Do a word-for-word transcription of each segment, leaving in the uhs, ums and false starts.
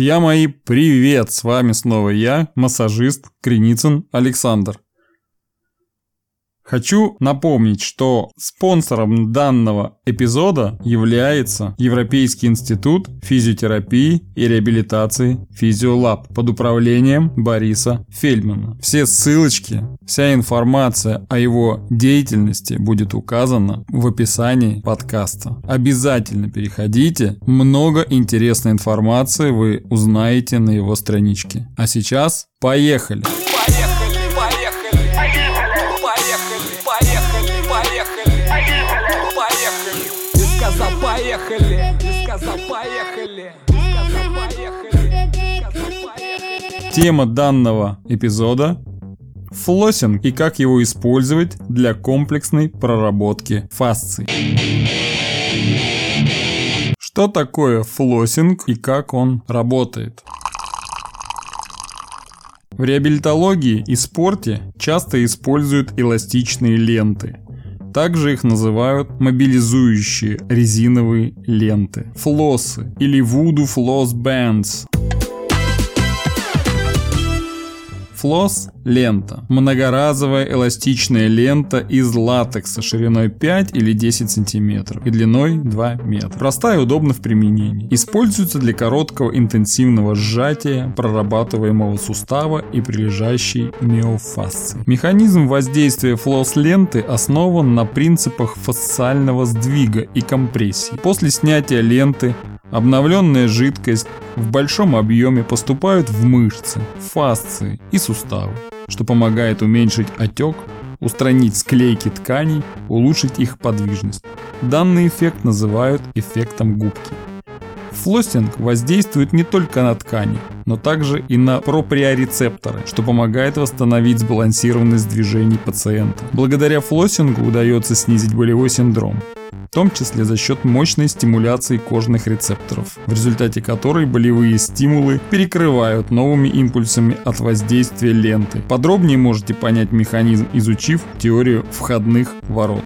Друзья мои, привет! С вами снова я, массажист Криницын Александр. Хочу напомнить, что спонсором данного эпизода является Европейский институт физиотерапии и реабилитации Физиолаб под управлением Бориса Фельдмана. Все ссылочки, вся информация о его деятельности будет указана в описании подкаста. Обязательно переходите, много интересной информации вы узнаете на его страничке. А сейчас поехали! Поехали, ты сказал, поехали, ты сказал, поехали, ты сказал, поехали. Тема данного эпизода – флоссинг и как его использовать для комплексной проработки фасций. Что такое флоссинг и как он работает? В реабилитологии и спорте часто используют эластичные ленты. Также их называют мобилизующие резиновые ленты, флоссы или Voodoo Floss Bands. Флосс – лента. Многоразовая эластичная лента из латекса шириной пять или десять сантиметров и длиной два метра. Простая и удобна в применении. Используется для короткого интенсивного сжатия прорабатываемого сустава и прилежащей миофасции. Механизм воздействия флосс-ленты основан на принципах фасциального сдвига и компрессии. После снятия ленты обновленная жидкость в большом объеме поступает в мышцы, фасции и суставы, что помогает уменьшить отек, устранить склейки тканей, улучшить их подвижность. Данный эффект называют эффектом губки. Флоссинг воздействует не только на ткани, но также и на проприорецепторы, что помогает восстановить сбалансированность движений пациента. Благодаря флоссингу удается снизить болевой синдром, в том числе за счет мощной стимуляции кожных рецепторов, в результате которой болевые стимулы перекрывают новыми импульсами от воздействия ленты. Подробнее можете понять механизм, изучив теорию входных ворот.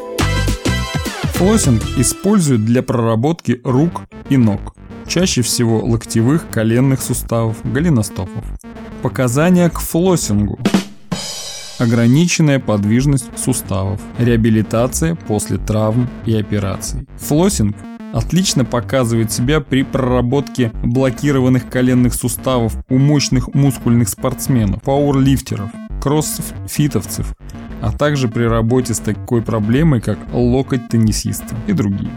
Флоссинг используют для проработки рук и ног, чаще всего локтевых, коленных суставов, голеностопов. Показания к флоссингу: ограниченная подвижность суставов, реабилитация после травм и операций. Флоссинг отлично показывает себя при проработке блокированных коленных суставов у мощных мускульных спортсменов, пауэрлифтеров, кроссфитовцев, а также при работе с такой проблемой, как локоть теннисиста и другие.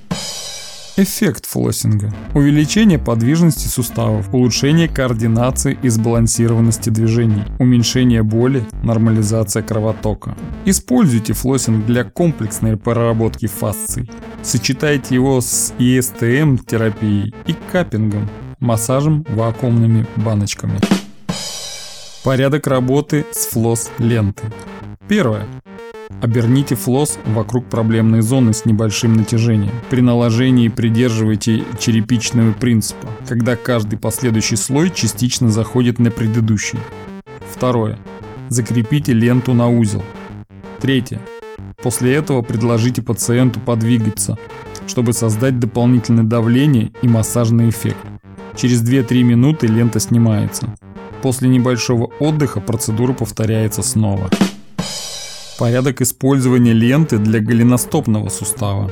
Эффект флоссинга: увеличение подвижности суставов, улучшение координации и сбалансированности движений, уменьшение боли, нормализация кровотока. Используйте флоссинг для комплексной проработки фасций. Сочетайте его с и эс тэ эм-терапией и каппингом, массажем вакуумными баночками. Порядок работы с флосс-лентой. Первое. Оберните флосс вокруг проблемной зоны с небольшим натяжением. При наложении придерживайте черепичного принципа, когда каждый последующий слой частично заходит на предыдущий. Второе. Закрепите ленту на узел. Третье. После этого предложите пациенту подвигаться, чтобы создать дополнительное давление и массажный эффект. Через две-три минуты лента снимается. После небольшого отдыха процедура повторяется снова. Порядок использования ленты для голеностопного сустава.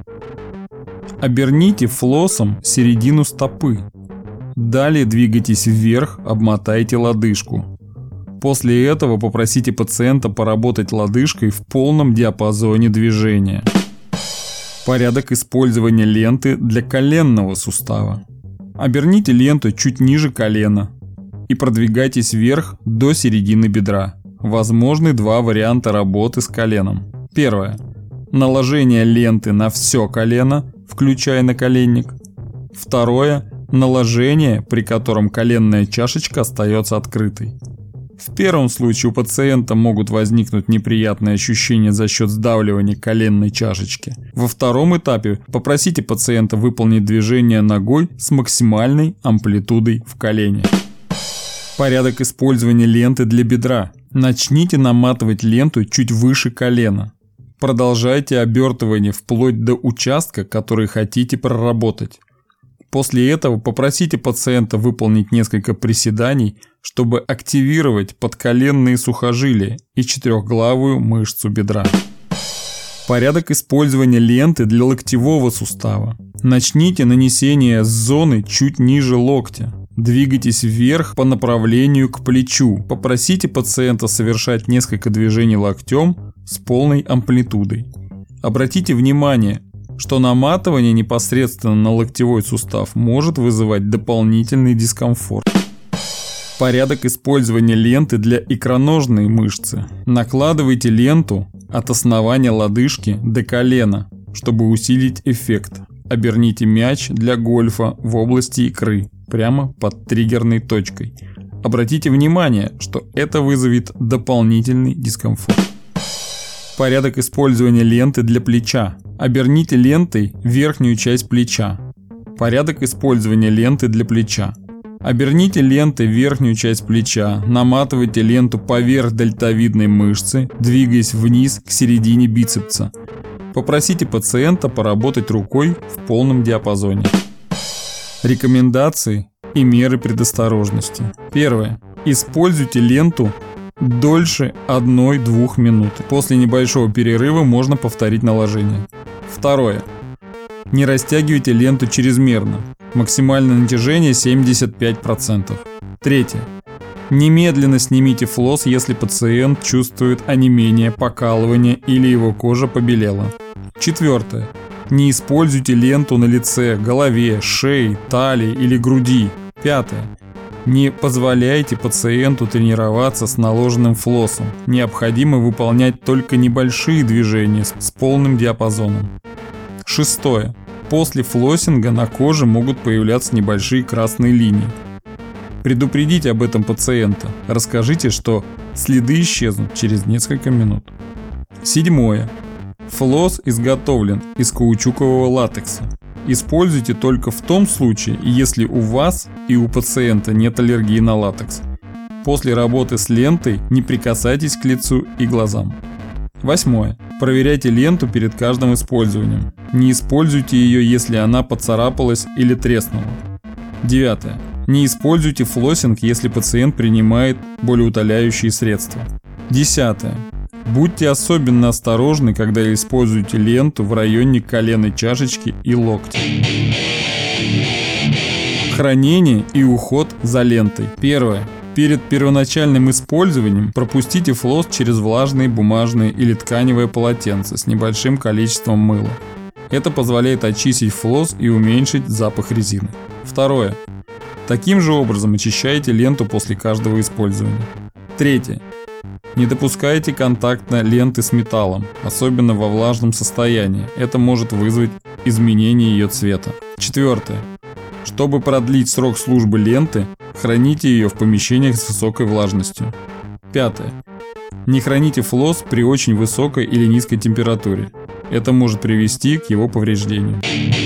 Оберните флоссом середину стопы. Далее двигайтесь вверх, обмотайте лодыжку. После этого попросите пациента поработать лодыжкой в полном диапазоне движения. Порядок использования ленты для коленного сустава. Оберните ленту чуть ниже колена и продвигайтесь вверх до середины бедра. Возможны два варианта работы с коленом. Первое. Наложение ленты на все колено, включая наколенник. Второе. Наложение, при котором коленная чашечка остается открытой. В первом случае у пациента могут возникнуть неприятные ощущения за счет сдавливания коленной чашечки. Во втором этапе попросите пациента выполнить движение ногой с максимальной амплитудой в колене. Порядок использования ленты для бедра. Начните наматывать ленту чуть выше колена. Продолжайте обертывание вплоть до участка, который хотите проработать. После этого попросите пациента выполнить несколько приседаний, чтобы активировать подколенные сухожилия и четырехглавую мышцу бедра. Порядок использования ленты для локтевого сустава. Начните нанесение с зоны чуть ниже локтя. Двигайтесь вверх по направлению к плечу. Попросите пациента совершать несколько движений локтем с полной амплитудой. Обратите внимание, что наматывание непосредственно на локтевой сустав может вызывать дополнительный дискомфорт. Порядок использования ленты для икроножной мышцы. Накладывайте ленту от основания лодыжки до колена, чтобы усилить эффект. Оберните мяч для гольфа в области икры, прямо под триггерной точкой. Обратите внимание, что это вызовет дополнительный дискомфорт. Порядок использования ленты для плеча. Оберните лентой верхнюю часть плеча. Порядок использования ленты для плеча. Оберните лентой верхнюю часть плеча, наматывайте ленту поверх дельтовидной мышцы, двигаясь вниз к середине бицепса. Попросите пациента поработать рукой в полном диапазоне. Рекомендации и меры предосторожности. Первое. Используйте ленту дольше одной-двух минут. После небольшого перерыва можно повторить наложение. Второе. Не растягивайте ленту чрезмерно. Максимальное натяжение семьдесят пять процентов. Третье. Немедленно снимите флосс, если пациент чувствует онемение, покалывание или его кожа побелела. Четвертое. Не используйте ленту на лице, голове, шее, талии или груди. Пятое. Не позволяйте пациенту тренироваться с наложенным флоссом. Необходимо выполнять только небольшие движения с полным диапазоном. Шестое. После флоссинга на коже могут появляться небольшие красные линии. Предупредите об этом пациента. Расскажите, что следы исчезнут через несколько минут. Седьмое. Флосс изготовлен из каучукового латекса. Используйте только в том случае, если у вас и у пациента нет аллергии на латекс. После работы с лентой не прикасайтесь к лицу и глазам. Восьмое. Проверяйте ленту перед каждым использованием. Не используйте ее, если она поцарапалась или треснула. Девятое. Не используйте флоссинг, если пациент принимает болеутоляющие средства. Десятое. Будьте особенно осторожны, когда используете ленту в районе коленной чашечки и локтя. Хранение и уход за лентой. Первое. Перед первоначальным использованием пропустите флосс через влажные бумажные или тканевое полотенце с небольшим количеством мыла. Это позволяет очистить флосс и уменьшить запах резины. Второе. Таким же образом очищайте ленту после каждого использования. Третье. Не допускайте контакта ленты с металлом, особенно во влажном состоянии. Это может вызвать изменение ее цвета. Четвертое. Чтобы продлить срок службы ленты, храните ее в помещениях с высокой влажностью. Пятое. Не храните флосс при очень высокой или низкой температуре. Это может привести к его повреждению.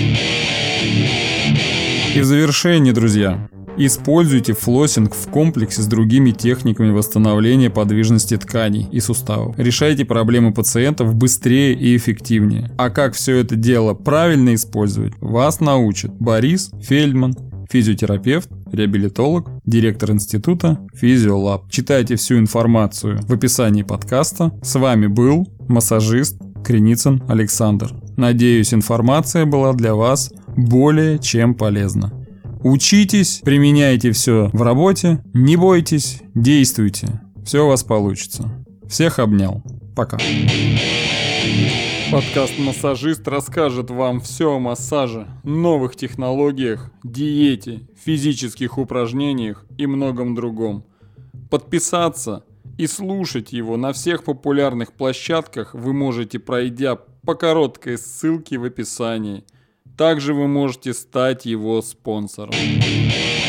И в завершение, друзья, используйте флоссинг в комплексе с другими техниками восстановления подвижности тканей и суставов. Решайте проблемы пациентов быстрее и эффективнее. А как все это дело правильно использовать, вас научит Борис Фельдман, физиотерапевт, реабилитолог, директор института Физиолаб. Читайте всю информацию в описании подкаста. С вами был массажист Криницын Александр. Надеюсь, информация была для вас более чем полезна. Учитесь, применяйте все в работе, не бойтесь, действуйте. Все у вас получится. Всех обнял. Пока. Подкаст «Массажист» расскажет вам все о массаже, новых технологиях, диете, физических упражнениях и многом другом. Подписаться и слушать его на всех популярных площадках вы можете, пройдя по короткой ссылке в описании. Также вы можете стать его спонсором.